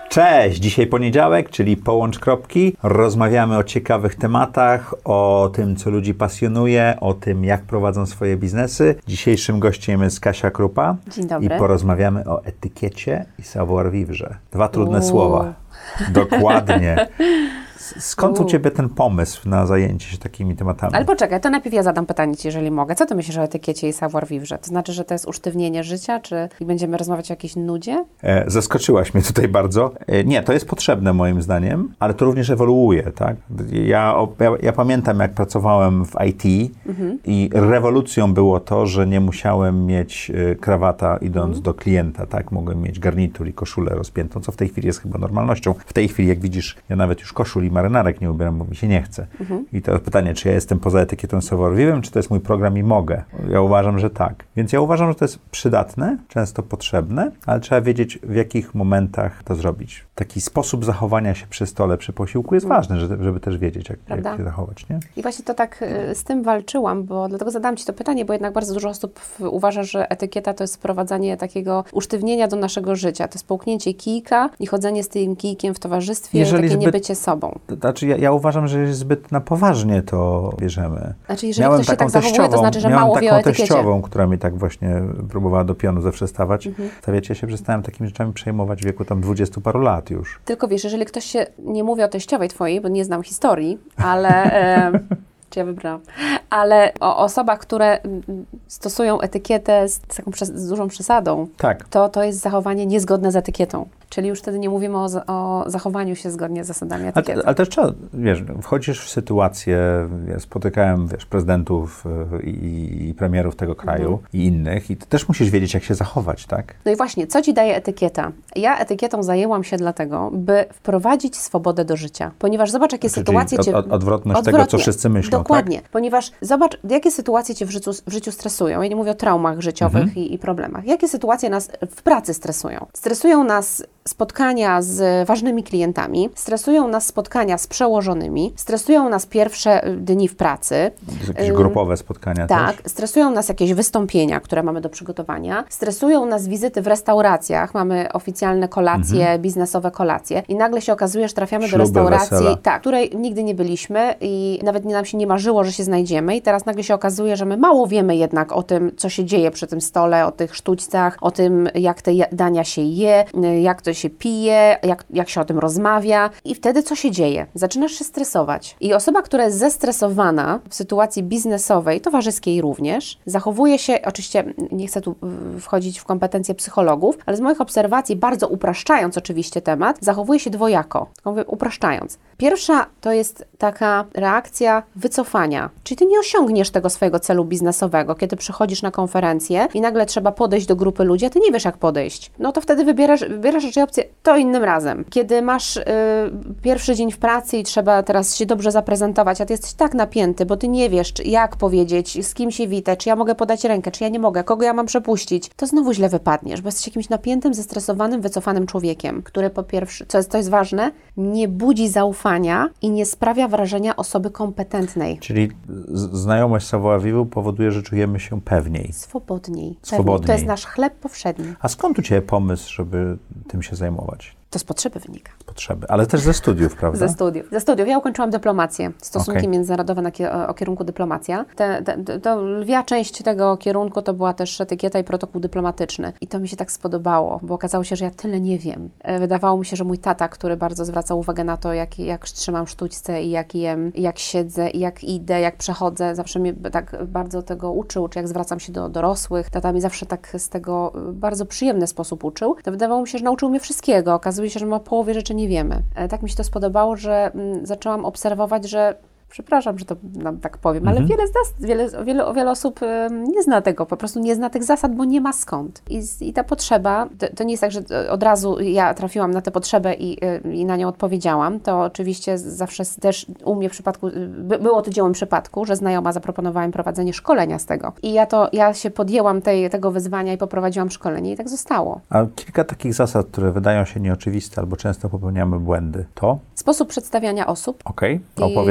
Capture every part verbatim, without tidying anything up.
Cześć! Dzisiaj poniedziałek, czyli połącz kropki. Rozmawiamy o ciekawych tematach, o tym, co ludzi pasjonuje, o tym, jak prowadzą swoje biznesy. Dzisiejszym gościem jest Kasia Krupa. Dzień dobry. I porozmawiamy o etykiecie i savoir-vivre. Dwa trudne Uuu. słowa. Dokładnie. Skąd u Ciebie ten pomysł na zajęcie się takimi tematami? Ale poczekaj, to najpierw ja zadam pytanie Ci, jeżeli mogę. Co Ty myślisz o etykiecie i savoir-vivre? To znaczy, że to jest usztywnienie życia, czy będziemy rozmawiać o jakiejś nudzie? E, zaskoczyłaś mnie tutaj bardzo. E, nie, to jest potrzebne moim zdaniem, ale to również ewoluuje, tak? Ja, ja, ja pamiętam, jak pracowałem w I T mhm. i rewolucją było to, że nie musiałem mieć e, krawata idąc mhm. do klienta, tak? Mogłem mieć garnitur i koszulę rozpiętą, co w tej chwili jest chyba normalnością. W tej chwili, jak widzisz, ja nawet już koszul i marynarek nie ubieram, bo mi się nie chce. Mhm. I to pytanie, czy ja jestem poza etykietą savoir-vivre, czy to jest mój program i mogę? Ja uważam, że tak. Więc ja uważam, że to jest przydatne, często potrzebne, ale trzeba wiedzieć, w jakich momentach to zrobić. Taki sposób zachowania się przy stole, przy posiłku jest mhm. ważny, żeby, żeby też wiedzieć, jak, jak się zachować, nie? I właśnie to tak y, z tym walczyłam, bo dlatego zadałam Ci to pytanie, bo jednak bardzo dużo osób uważa, że etykieta to jest wprowadzanie takiego usztywnienia do naszego życia. To jest połknięcie kijka i chodzenie z tym kijkiem w towarzystwie, Jeżeli takie zbyt... niebycie sobą. Znaczy, ja, ja uważam, że zbyt na poważnie to bierzemy. Znaczy, jeżeli miałem ktoś się tak zachowuje, to znaczy, że mało wie o etykiecie. Miałem taką teściową, która mi tak właśnie próbowała do pionu zawsze stawać. Mhm. Stawiacie się, przestałem takimi rzeczami przejmować w wieku tam dwudziestu paru lat już. Tylko wiesz, jeżeli ktoś się, nie mówi o teściowej twojej, bo nie znam historii, ale... e, czy ja wybrałam? Ale o osobach, które stosują etykietę z taką przes- z dużą przesadą, tak. to, to jest zachowanie niezgodne z etykietą. Czyli już wtedy nie mówimy o, o zachowaniu się zgodnie z zasadami etykiety. Ale, ale też trzeba, wiesz, wchodzisz w sytuację, ja spotykałem, wiesz, prezydentów i, i premierów tego kraju mhm. i innych i ty też musisz wiedzieć, jak się zachować, tak? No i właśnie, co Ci daje etykieta? Ja etykietą zajęłam się dlatego, by wprowadzić swobodę do życia. Ponieważ zobacz, jakie Czyli sytuacje Cię... Od, odwrotność Odwrotnie. tego, co wszyscy myślą, Dokładnie. Tak? Ponieważ zobacz, jakie sytuacje Cię w życiu, w życiu stresują. Ja nie mówię o traumach życiowych mhm. i, i problemach. Jakie sytuacje nas w pracy stresują? Stresują nas spotkania z ważnymi klientami, stresują nas spotkania z przełożonymi, stresują nas pierwsze dni w pracy. Jakieś grupowe spotkania Tak, też? stresują nas jakieś wystąpienia, które mamy do przygotowania, stresują nas wizyty w restauracjach, mamy oficjalne kolacje, mhm. biznesowe kolacje i nagle się okazuje, że trafiamy Śluby, do restauracji, wesela. tak, której nigdy nie byliśmy i nawet nam się nie marzyło, że się znajdziemy i teraz nagle się okazuje, że my mało wiemy jednak o tym, co się dzieje przy tym stole, o tych sztućcach, o tym, jak te dania się je, jak to się pije, jak, jak się o tym rozmawia i wtedy co się dzieje? Zaczynasz się stresować. I osoba, która jest zestresowana w sytuacji biznesowej, towarzyskiej również, zachowuje się, oczywiście nie chcę tu wchodzić w kompetencje psychologów, ale z moich obserwacji, bardzo upraszczając oczywiście temat, zachowuje się dwojako. Mówię, upraszczając. Pierwsza to jest taka reakcja wycofania, czyli ty nie osiągniesz tego swojego celu biznesowego, kiedy przychodzisz na konferencję i nagle trzeba podejść do grupy ludzi, a ty nie wiesz, jak podejść. No to wtedy wybierasz, wybierasz raczej opcję, to innym razem. Kiedy masz y, pierwszy dzień w pracy i trzeba teraz się dobrze zaprezentować, a ty jesteś tak napięty, bo ty nie wiesz, czy, jak powiedzieć, z kim się witać, czy ja mogę podać rękę, czy ja nie mogę, kogo ja mam przepuścić, to znowu źle wypadniesz, bo jesteś jakimś napiętym, zestresowanym, wycofanym człowiekiem, który po pierwsze, co jest, to jest ważne, nie budzi zaufania i nie sprawia wrażenia osoby kompetentnej. Czyli z- znajomość savoir-vivre powoduje, że czujemy się pewniej. Swobodniej. Swobodniej. To jest nasz chleb powszedni. A skąd u Ciebie pomysł, żeby tym się zajmować? To z potrzeby wynika. Z potrzeby, ale też ze studiów, prawda? Ze studiów. Ze studiów. Ja ukończyłam dyplomację, stosunki okay. międzynarodowe na ki- o kierunku dyplomacja. Te, te, to lwia część tego kierunku to była też etykieta i protokół dyplomatyczny. I to mi się tak spodobało, bo okazało się, że ja tyle nie wiem. Wydawało mi się, że mój tata, który bardzo zwracał uwagę na to, jak, jak trzymam sztućce i jak jem, jak siedzę, i jak idę, jak przechodzę, zawsze mnie tak bardzo tego uczył, czy jak zwracam się do dorosłych. Tata mi zawsze tak z tego bardzo przyjemny sposób uczył. To wydawało mi się, że nauczył mnie wszystkiego. Okazuje się, że my o połowie rzeczy nie wiemy. Tak mi się to spodobało, że m, zaczęłam obserwować, że przepraszam, że to nam tak powiem, ale mhm. wiele, z nas, wiele, wiele, wiele osób y, nie zna tego, po prostu nie zna tych zasad, bo nie ma skąd. I, i ta potrzeba, to, to nie jest tak, że od razu ja trafiłam na tę potrzebę i, y, i na nią odpowiedziałam. To oczywiście zawsze też u mnie w przypadku, by, było to dziełem przypadku, że znajoma zaproponowała mi prowadzenie szkolenia z tego. I ja to, ja się podjęłam tej, tego wyzwania i poprowadziłam szkolenie i tak zostało. A kilka takich zasad, które wydają się nieoczywiste albo często popełniamy błędy, to? Sposób przedstawiania osób. Okej, okay. Opowiedz, jak, jak powinno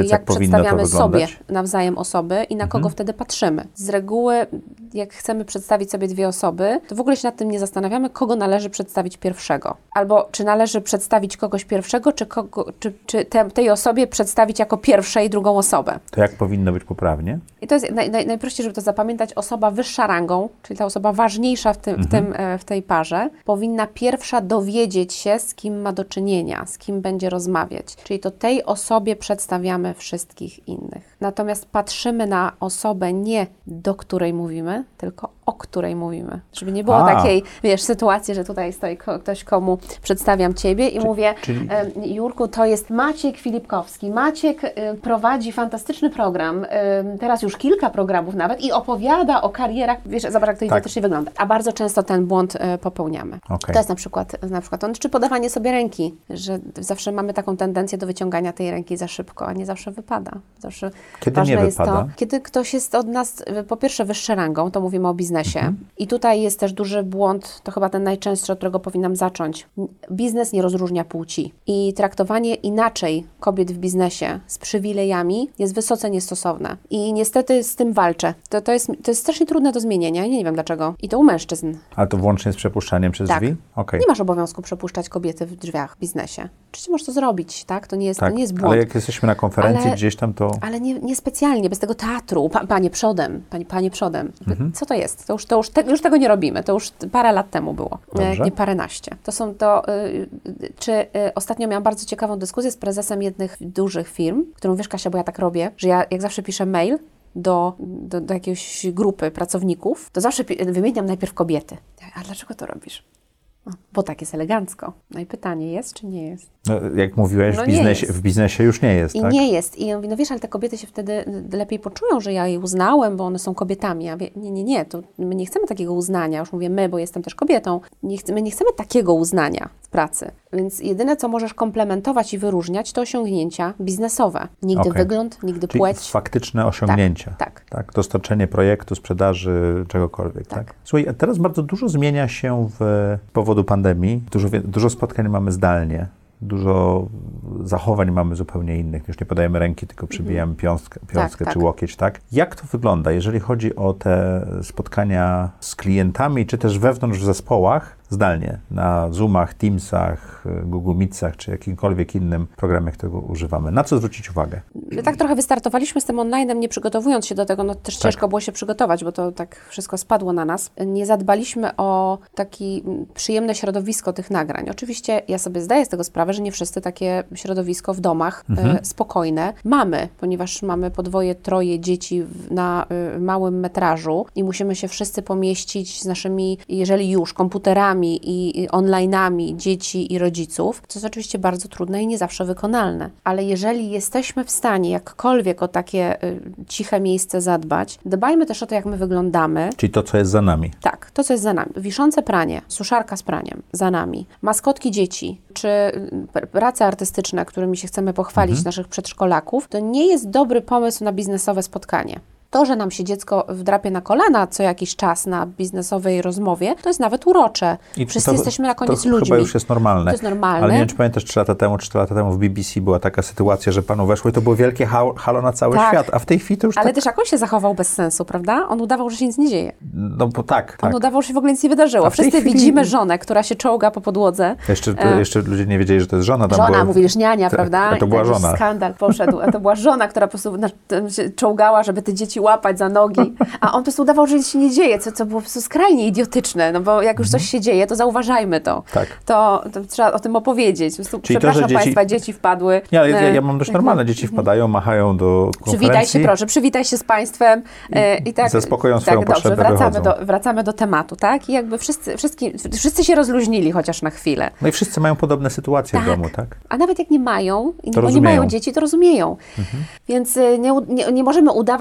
przedstawiamy sobie nawzajem osoby i na mhm. kogo wtedy patrzymy. Z reguły, jak chcemy przedstawić sobie dwie osoby, to w ogóle się nad tym nie zastanawiamy, kogo należy przedstawić pierwszego. Albo czy należy przedstawić kogoś pierwszego, czy, kogo, czy, czy te, tej osobie przedstawić jako pierwszej drugą osobę. To jak powinno być poprawnie? I to jest naj, naj, najprościej, żeby to zapamiętać, osoba wyższa rangą, czyli ta osoba ważniejsza w, tym, mhm. w, tym, w tej parze, powinna pierwsza dowiedzieć się, z kim ma do czynienia, z kim będzie rozmawiać. Czyli to tej osobie przedstawiamy wszystkich innych. Natomiast patrzymy na osobę nie do której mówimy, tylko o której mówimy. Żeby nie było A. takiej, wiesz, sytuacji, że tutaj stoi ktoś, komu przedstawiam Ciebie i Czy, mówię, czyli... Jurku, to jest Maciek Filipkowski. Maciek y, prowadzi fantastyczny program, y, teraz już kilka programów nawet i opowiada o karierach, wiesz, zobacz, jak to tak. faktycznie wygląda. A bardzo często ten błąd y, popełniamy. Okay. To jest na przykład, na przykład on, czy podawanie sobie ręki, że zawsze mamy taką tendencję do wyciągania tej ręki za szybko, a nie zawsze wypada. Zawsze kiedy nie jest wypada? To, kiedy ktoś jest od nas, po pierwsze, wyższy rangą, to mówimy o biznesie. Mhm. I tutaj jest też duży błąd, to chyba ten najczęstszy, od którego powinnam zacząć. Biznes nie rozróżnia płci. I traktowanie inaczej kobiet w biznesie z przywilejami jest wysoce niestosowne. I niestety z tym walczę. To, to, jest, to jest strasznie trudne do zmienienia i nie wiem dlaczego. I to u mężczyzn. Ale to włącznie z przepuszczaniem przez tak. drzwi? Okay. Nie masz obowiązku przepuszczać kobiety w drzwiach w biznesie. Oczywiście możesz to zrobić, tak? To nie jest, tak, to nie jest błąd. Ale jak jesteśmy na konferencji ale, gdzieś tam, to... Ale nie, nie specjalnie, bez tego teatru. Pa, panie przodem, panie, panie przodem. Mhm. Co to jest? To już, to już, te, już tego nie robimy. To już parę lat temu było. Dobrze. Nie paręnaście. To są to... Y, czy y, ostatnio miałam bardzo ciekawą dyskusję z prezesem jednych dużych firm, którą wiesz, Kasia, bo ja tak robię, że ja jak zawsze piszę mail do, do, do jakiejś grupy pracowników, to zawsze wymieniam najpierw kobiety. A dlaczego to robisz? No, bo tak jest elegancko. No i pytanie, jest czy nie jest? No, jak mówiłeś, no w, biznesie, w biznesie już nie jest, I tak? nie jest. I ja mówię, no wiesz, ale te kobiety się wtedy lepiej poczują, że ja je uznałem, bo one są kobietami. Ja mówię, nie, nie, nie, to my nie chcemy takiego uznania. Już mówię my, bo jestem też kobietą. Nie chcemy, my nie chcemy takiego uznania w pracy. Więc jedyne, co możesz komplementować i wyróżniać, to osiągnięcia biznesowe. Nigdy okay. wygląd, nigdy Czyli płeć. faktyczne osiągnięcia. Tak, tak. tak. Dostarczenie projektu, sprzedaży, czegokolwiek. Tak. tak. Słuchaj, a teraz bardzo dużo zmienia się w powodu pandemii. Dużo, dużo spotkań mamy zdalnie. Dużo zachowań mamy zupełnie innych. Już nie podajemy ręki, tylko przybijamy piąstkę, piąstkę tak, czy tak. łokieć, tak? Jak to wygląda, jeżeli chodzi o te spotkania z klientami, czy też wewnątrz w zespołach, zdalnie, na Zoomach, Teamsach, Google Meetsach, czy jakimkolwiek innym programie, którego używamy? Na co zwrócić uwagę? My tak trochę wystartowaliśmy z tym online'em, nie przygotowując się do tego, no też tak. ciężko było się przygotować, bo to tak wszystko spadło na nas. Nie zadbaliśmy o takie przyjemne środowisko tych nagrań. Oczywiście ja sobie zdaję z tego sprawę, że nie wszyscy takie środowisko w domach mhm. e, spokojne mamy, ponieważ mamy po dwoje, troje dzieci w, na e, małym metrażu i musimy się wszyscy pomieścić z naszymi, jeżeli już, komputerami i, i online'ami dzieci i rodziców, co jest oczywiście bardzo trudne i nie zawsze wykonalne. Ale jeżeli jesteśmy w stanie jakkolwiek o takie y, ciche miejsce zadbać, dbajmy też o to, jak my wyglądamy. Czyli to, co jest za nami. Tak, to, co jest za nami. Wiszące pranie, suszarka z praniem, za nami. Maskotki dzieci, czy prace artystyczne, którymi się chcemy pochwalić mhm. naszych przedszkolaków, to nie jest dobry pomysł na biznesowe spotkanie. To, że nam się dziecko wdrapie na kolana co jakiś czas na biznesowej rozmowie, to jest nawet urocze. I Wszyscy to, jesteśmy na koniec to ludźmi. To chyba już jest normalne. To jest normalne. Ale nie wiem, czy pamiętasz, trzy lata temu, cztery lata temu w B B C była taka sytuacja, że panu weszło i to było wielkie halo na cały tak. świat, a w tej chwili to już Ale tak... też jak on się zachował bez sensu, prawda? On udawał, że się nic nie dzieje. No bo tak, tak. On udawał, że się w ogóle nic nie wydarzyło. Wszyscy chwili... widzimy żonę, która się czołga po podłodze. Jeszcze, e... jeszcze ludzie nie wiedzieli, że to jest żona. Tam żona, była... mówisz niania, prawda? A to była żona. Skandal poszedł. A to była żona, która po prostu się czołgała, żeby te dzieci łapać za nogi. A on po prostu udawał, że nic się nie dzieje, co, co było po prostu skrajnie idiotyczne, no bo jak już coś się dzieje, to zauważajmy to. Tak. To, to trzeba o tym opowiedzieć. Po prostu, Czyli przepraszam to, że dzieci... Państwa, dzieci wpadły. Nie, ale ja, ja mam dość normalne. Dzieci wpadają, machają do konferencji. Przywitaj się, proszę, przywitaj się z Państwem. E, i tak, zaspokoją swoją tak, potrzebę, dobrze, wracamy wychodzą. do, wracamy do tematu, tak? I jakby wszyscy, wszyscy, wszyscy się rozluźnili chociaż na chwilę. No i wszyscy mają podobne sytuacje tak. w domu, tak? A nawet jak nie mają, to bo nie mają dzieci, to rozumieją. Mhm. Więc nie, nie, nie możemy udawać, że coś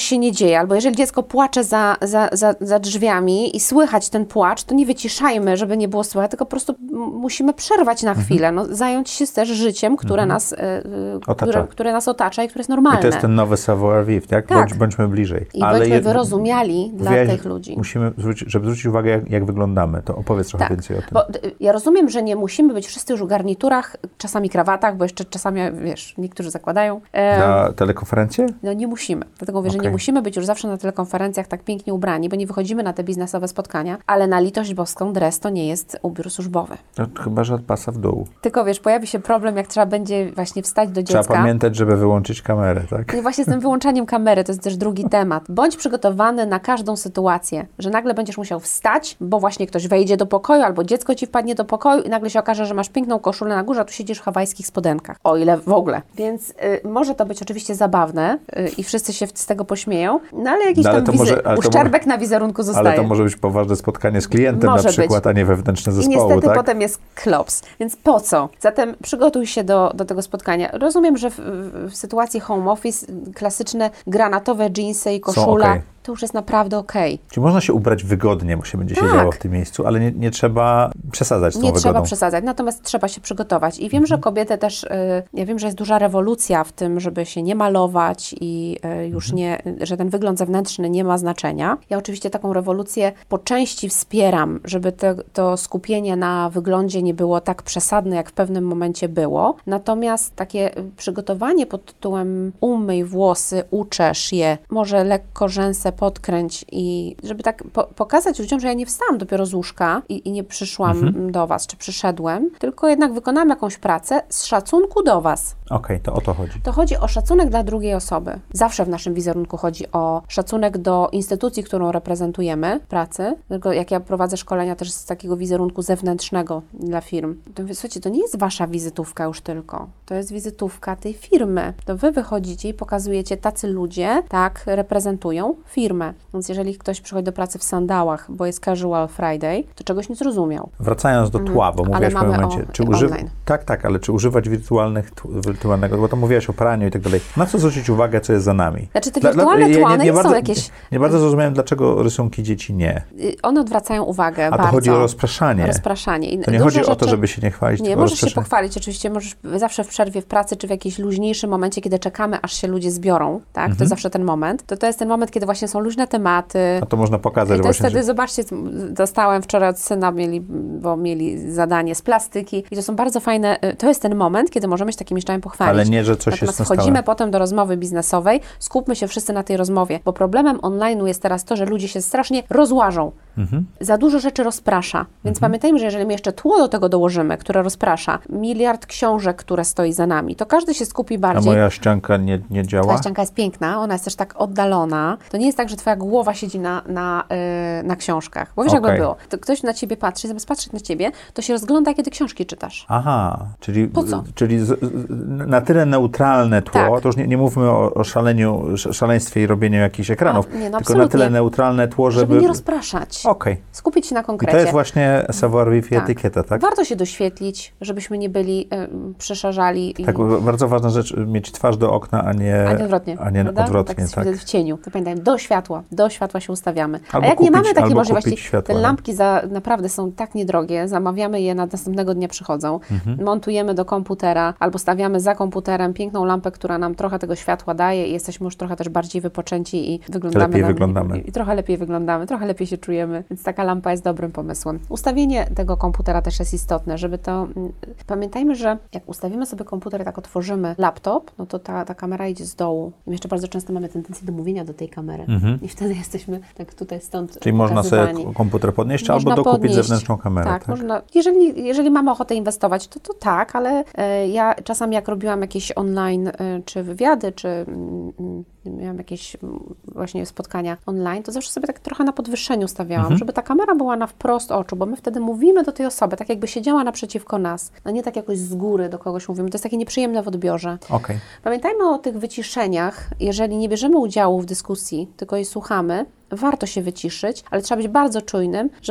się nie dzieje, albo jeżeli dziecko płacze za, za, za, za drzwiami i słychać ten płacz, to nie wyciszajmy, żeby nie było słychać, tylko po prostu musimy przerwać na chwilę, mhm. no, zająć się też życiem, które, mhm. nas, y, które, które nas otacza i które jest normalne. I to jest ten nowy savoir-vivre, tak? tak. Bądź, bądźmy bliżej. I Ale bądźmy je, wyrozumiali dla wiesz, tych ludzi. Musimy, zwrócić, żeby zwrócić uwagę, jak, jak wyglądamy, to opowiedz trochę tak. więcej o tym. Bo ja rozumiem, że nie musimy być wszyscy już w garniturach, czasami krawatach, bo jeszcze czasami, wiesz, niektórzy zakładają. Na telekonferencję? No nie musimy. Dlatego mówię, okay. że nie musimy być już zawsze na telekonferencjach tak pięknie ubrani, bo nie wychodzimy na te biznesowe spotkania, ale na litość boską dres to nie jest ubiór służbowy. No, chyba, że od pasa w dół. Tylko wiesz, pojawi się problem, jak trzeba będzie właśnie wstać do dziecka. Trzeba pamiętać, żeby wyłączyć kamerę, tak? I właśnie z tym wyłączaniem kamery, to jest też drugi temat. Bądź przygotowany na każdą sytuację, że nagle będziesz musiał wstać, bo właśnie ktoś wejdzie do pokoju, albo dziecko ci wpadnie do pokoju i nagle się okaże, że masz piękną koszulę na górze, a tu siedzisz w hawajskich spodenkach. O ile w ogóle. Więc y, może to być oczywiście zabawne y, i wszyscy się z tego pośmieją, no ale jakiś no, ale tam wizy- może, uszczerbek może, na wizerunku zostaje. Ale to może być poważne spotkanie z klientem może na przykład, być. A nie wewnętrzne zespołu, I niestety tak? potem jest klops. Więc po co? Zatem przygotuj się do, do tego spotkania. Rozumiem, że w, w, w sytuacji home office klasyczne granatowe dżinsy i koszula okay. to już jest naprawdę okej. Okay. Czyli można się ubrać wygodnie, bo się będzie tak. się działo w tym miejscu, ale nie, nie trzeba przesadzać z tą Nie wygodą. trzeba przesadzać, natomiast trzeba się przygotować. I wiem, mhm. że kobiety też, y, ja wiem, że jest duża rewolucja w tym, żeby się nie malować i y, już mhm. nie, że ten wygląd zewnętrzny nie ma znaczenia. Ja oczywiście taką rewolucję po części wspieram, żeby te, to skupienie na wyglądzie nie było tak przesadne, jak w pewnym momencie było. Natomiast takie przygotowanie pod tytułem umyj włosy, uczesz je, może lekko rzęsę podkręć i żeby tak po- pokazać ludziom, że ja nie wstałam dopiero z łóżka i, i nie przyszłam mhm. do Was, czy przyszedłem, tylko jednak wykonałam jakąś pracę z szacunku do Was. Okej, okay, to o to chodzi. To chodzi o szacunek dla drugiej osoby. Zawsze w naszym wizerunku chodzi o szacunek do instytucji, którą reprezentujemy, pracy. Tylko jak ja prowadzę szkolenia też z takiego wizerunku zewnętrznego dla firm, to mówię, słuchajcie, to nie jest Wasza wizytówka już tylko. To jest wizytówka tej firmy. To Wy wychodzicie i pokazujecie, tacy ludzie tak reprezentują firmę. Więc jeżeli ktoś przychodzi do pracy w sandałach, bo jest casual Friday, to czegoś nie zrozumiał. Wracając do tła, bo mówiłaś w pewnym momencie, czy używa... tak, tak, ale czy używać wirtualnych, wirtualnego, bo to mówiłaś o praniu i tak dalej. Na co zwrócić uwagę, co jest za nami? Znaczy te wirtualne dla, tła, nie, nie, nie są bardzo, jakieś... Nie, nie bardzo zrozumiałem, dlaczego rysunki dzieci nie. One odwracają uwagę A bardzo. to chodzi o rozpraszanie. Rozpraszanie. I to nie chodzi rzeczy... o to, żeby się nie chwalić, Nie, możesz się pochwalić, oczywiście, możesz zawsze w przerwie w pracy, czy w jakimś luźniejszym momencie, kiedy czekamy, aż się ludzie zbiorą, tak? Mhm. To jest zawsze ten moment. To to jest ten moment, kiedy właśnie są luźne tematy. A to można pokazać. I to właśnie, jest wtedy, że... zobaczcie, dostałem wczoraj od syna, mieli, bo mieli zadanie z plastyki i to są bardzo fajne, to jest ten moment, kiedy możemy się takimi rzeczami pochwalić. Ale nie, że coś Natomiast jest wchodzimy stałe. Potem do rozmowy biznesowej, skupmy się wszyscy na tej rozmowie, bo problemem online'u jest teraz to, że ludzie się strasznie rozłażą. Mhm. Za dużo rzeczy rozprasza. Więc mhm. pamiętajmy, że jeżeli my jeszcze tło do tego dołożymy, które rozprasza, miliard książek, które stoi za nami, to każdy się skupi bardziej. A moja ścianka nie, nie działa? Twoja ścianka jest piękna, ona jest też tak oddalona. To nie jest tak, że twoja głowa siedzi na, na, yy, na książkach. Bo wiesz, okay. jakby było. To ktoś na ciebie patrzy, zamiast patrzeć na ciebie, to się rozgląda, kiedy książki czytasz. Aha, czyli, po co? czyli z, na tyle neutralne tło, tak. to już nie, nie mówmy o, o szaleniu, szaleństwie i robieniu jakichś ekranów, A, nie, no tylko na tyle neutralne tło, żeby... Żeby nie rozpraszać. Okej. Okay. Skupić się na konkrecie. I to jest właśnie savoir-vivre i tak. etykieta, tak? Warto się doświetlić, żebyśmy nie byli y, przeszarzali. I... Tak, bardzo ważna rzecz, mieć twarz do okna, a nie, a nie odwrotnie. A nie odwrotnie tak, tak. w cieniu. To pamiętajmy, do światła, do światła się ustawiamy. Albo a jak kupić, nie mamy takiej możliwości, światła, te lampki za, naprawdę są tak niedrogie, zamawiamy je, na następnego dnia przychodzą, mhm. montujemy do komputera, albo stawiamy za komputerem piękną lampę, która nam trochę tego światła daje i jesteśmy już trochę też bardziej wypoczęci i wyglądamy. Lepiej na, wyglądamy. I, I trochę lepiej wyglądamy, trochę lepiej się czujemy, więc taka lampa jest dobrym pomysłem. Ustawienie tego komputera też jest istotne, żeby to... Pamiętajmy, że jak ustawimy sobie komputer, tak otworzymy laptop, no to ta, ta kamera idzie z dołu. I jeszcze bardzo często mamy tendencję do mówienia do tej kamery. Mhm. I wtedy jesteśmy tak tutaj stąd Czyli można sobie komputer podnieść można albo dokupić podnieść. zewnętrzną kamerę. Tak, tak, można. Jeżeli, jeżeli mamy ochotę inwestować, to, to tak, ale e, ja czasami jak robiłam jakieś online, e, czy wywiady, czy mm, miałam jakieś właśnie spotkania online, to zawsze sobie tak trochę na podwyższeniu stawiałam, mhm. żeby ta kamera była na wprost oczu, bo my wtedy mówimy do tej osoby, tak jakby siedziała naprzeciwko nas, a nie tak jakoś z góry do kogoś mówimy. To jest takie nieprzyjemne w odbiorze. Okay. Pamiętajmy o tych wyciszeniach. Jeżeli nie bierzemy udziału w dyskusji, tylko jej słuchamy, warto się wyciszyć, ale trzeba być bardzo czujnym, żeby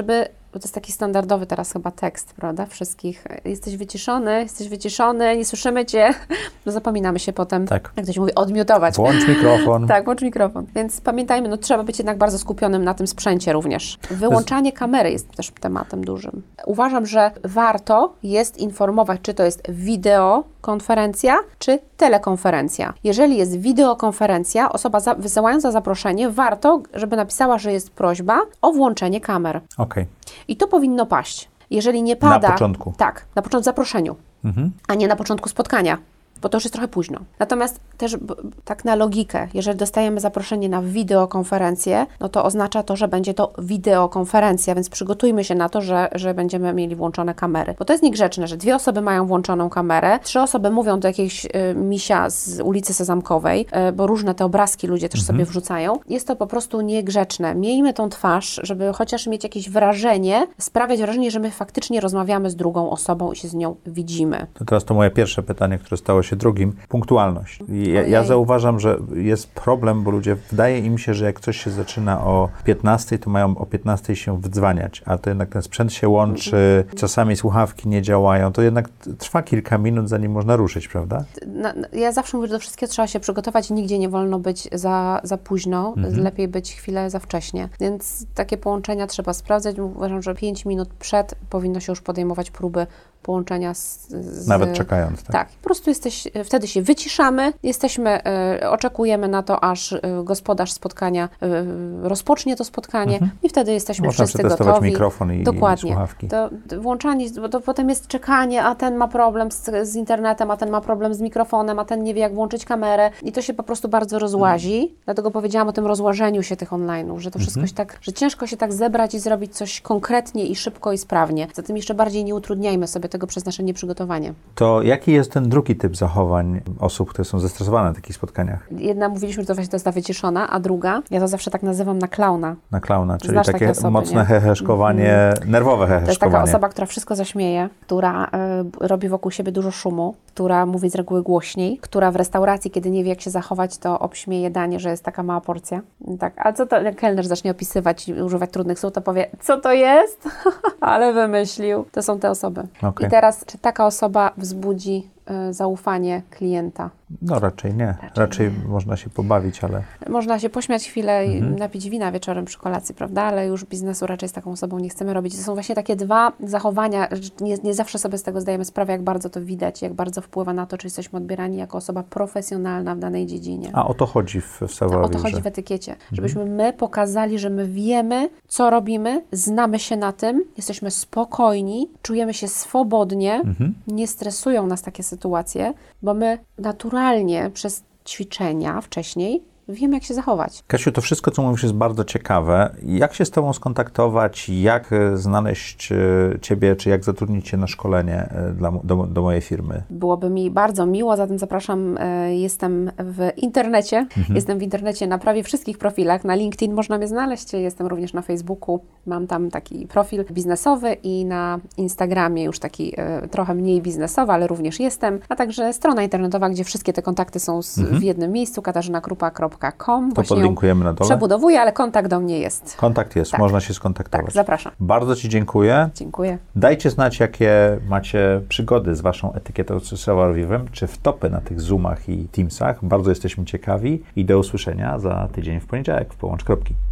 bo to jest taki standardowy teraz chyba tekst, prawda, wszystkich. Jesteś wyciszony, jesteś wyciszony, nie słyszymy Cię. No zapominamy się potem, tak. jak to się mówi, odmiutować. Włącz mikrofon. Tak, włącz mikrofon. Więc pamiętajmy, no trzeba być jednak bardzo skupionym na tym sprzęcie również. Wyłączanie kamery jest też tematem dużym. Uważam, że warto jest informować, czy to jest wideokonferencja, czy telekonferencja. Jeżeli jest wideokonferencja, osoba za, wysyłająca zaproszenie, warto, żeby napisała, że jest prośba o włączenie kamer. Okay. I to powinno paść. Jeżeli nie pada... Na początku. Tak, na początku zaproszeniu, mhm. a nie na początku spotkania. Bo to już jest trochę późno. Natomiast też b, tak na logikę, jeżeli dostajemy zaproszenie na wideokonferencję, no to oznacza to, że będzie to wideokonferencja, więc przygotujmy się na to, że, że będziemy mieli włączone kamery. Bo to jest niegrzeczne, że dwie osoby mają włączoną kamerę, trzy osoby mówią do jakiejś y, misia z ulicy Sezamkowej, y, bo różne te obrazki ludzie też mhm. sobie wrzucają. Jest to po prostu niegrzeczne. Miejmy tą twarz, żeby chociaż mieć jakieś wrażenie, sprawiać wrażenie, że my faktycznie rozmawiamy z drugą osobą i się z nią widzimy. To teraz to moje pierwsze pytanie, które stało się drugim, punktualność. Ja, ja zauważam, że jest problem, bo ludzie, wydaje im się, że jak coś się zaczyna o piętnastej, to mają o piętnastej się wdzwaniać, a to jednak ten sprzęt się łączy, czasami słuchawki nie działają, to jednak trwa kilka minut, zanim można ruszyć, prawda? Na, ja zawsze mówię, że do wszystkiego trzeba się przygotować, nigdzie nie wolno być za, za późno, mhm. lepiej być chwilę za wcześnie, więc takie połączenia trzeba sprawdzać. Uważam, że pięć minut przed powinno się już podejmować próby połączenia z... z Nawet czekając, tak? Tak, po prostu jesteś, wtedy się wyciszamy, jesteśmy, y, oczekujemy na to, aż y, gospodarz spotkania y, rozpocznie to spotkanie mhm. i wtedy jesteśmy Można wszyscy gotowi. Mikrofon i, Dokładnie. i słuchawki. To, to włączanie, bo to potem jest czekanie, a ten ma problem z, z internetem, a ten ma problem z mikrofonem, a ten nie wie, jak włączyć kamerę i to się po prostu bardzo rozłazi. Mhm. Dlatego powiedziałam o tym rozłażeniu się tych online'ów, że to wszystko mhm. się tak, że ciężko się tak zebrać i zrobić coś konkretnie i szybko i sprawnie. Zatem jeszcze bardziej nie utrudniajmy sobie tego przez nasze nieprzygotowanie. To jaki jest ten drugi typ zachowań osób, które są zestresowane na takich spotkaniach? Jedna mówiliśmy, że to właśnie to jest ta wyciszona, a druga, ja to zawsze tak nazywam na klauna. Na klauna, czyli Znasz takie, takie osoby, mocne nie? heheszkowanie, mm. nerwowe heheszkowanie. To jest taka osoba, która wszystko zaśmieje, która y, robi wokół siebie dużo szumu, która mówi z reguły głośniej, która w restauracji, kiedy nie wie, jak się zachować, to obśmieje danie, że jest taka mała porcja. Tak, a co to, jak kelner zacznie opisywać i używać trudnych słów, to powie, co to jest? Ale wymyślił. To są te osoby. Okay. I teraz, czy taka osoba wzbudzi y, zaufanie klienta? No raczej nie. Raczej, raczej nie. Można się pobawić, ale... Można się pośmiać chwilę i mhm. napić wina wieczorem przy kolacji, prawda? Ale już biznesu raczej z taką osobą nie chcemy robić. To są właśnie takie dwa zachowania, nie, nie zawsze sobie z tego zdajemy sprawę, jak bardzo to widać, jak bardzo wpływa na to, czy jesteśmy odbierani jako osoba profesjonalna w danej dziedzinie. A o to chodzi w, w Savoir O to chodzi że... w etykiecie. Żebyśmy my pokazali, że my wiemy, co robimy, znamy się na tym, jesteśmy spokojni, czujemy się swobodnie, mhm. nie stresują nas takie sytuacje, bo my naturalnie przez ćwiczenia wcześniej wiemy, jak się zachować. Kasiu, to wszystko, co mówisz, jest bardzo ciekawe. Jak się z Tobą skontaktować? Jak znaleźć Ciebie, czy jak zatrudnić Cię na szkolenie dla, do, do mojej firmy? Byłoby mi bardzo miło, zatem zapraszam. Jestem w internecie. Mhm. Jestem w internecie na prawie wszystkich profilach. Na LinkedIn można mnie znaleźć. Jestem również na Facebooku. Mam tam taki profil biznesowy i na Instagramie już taki trochę mniej biznesowy, ale również jestem. A także strona internetowa, gdzie wszystkie te kontakty są z, mhm. w jednym miejscu. katarzyna krupa kropka com. To podlinkujemy na dole. Przebudowuję, ale kontakt do mnie jest. Kontakt jest, tak. Można się skontaktować. Tak, zapraszam. Bardzo Ci dziękuję. Dziękuję. Dajcie znać, jakie macie przygody z Waszą etykietą Savoir Vivre, czy wtopy na tych Zoomach i Teamsach. Bardzo jesteśmy ciekawi i do usłyszenia za tydzień w poniedziałek w Połącz Kropki.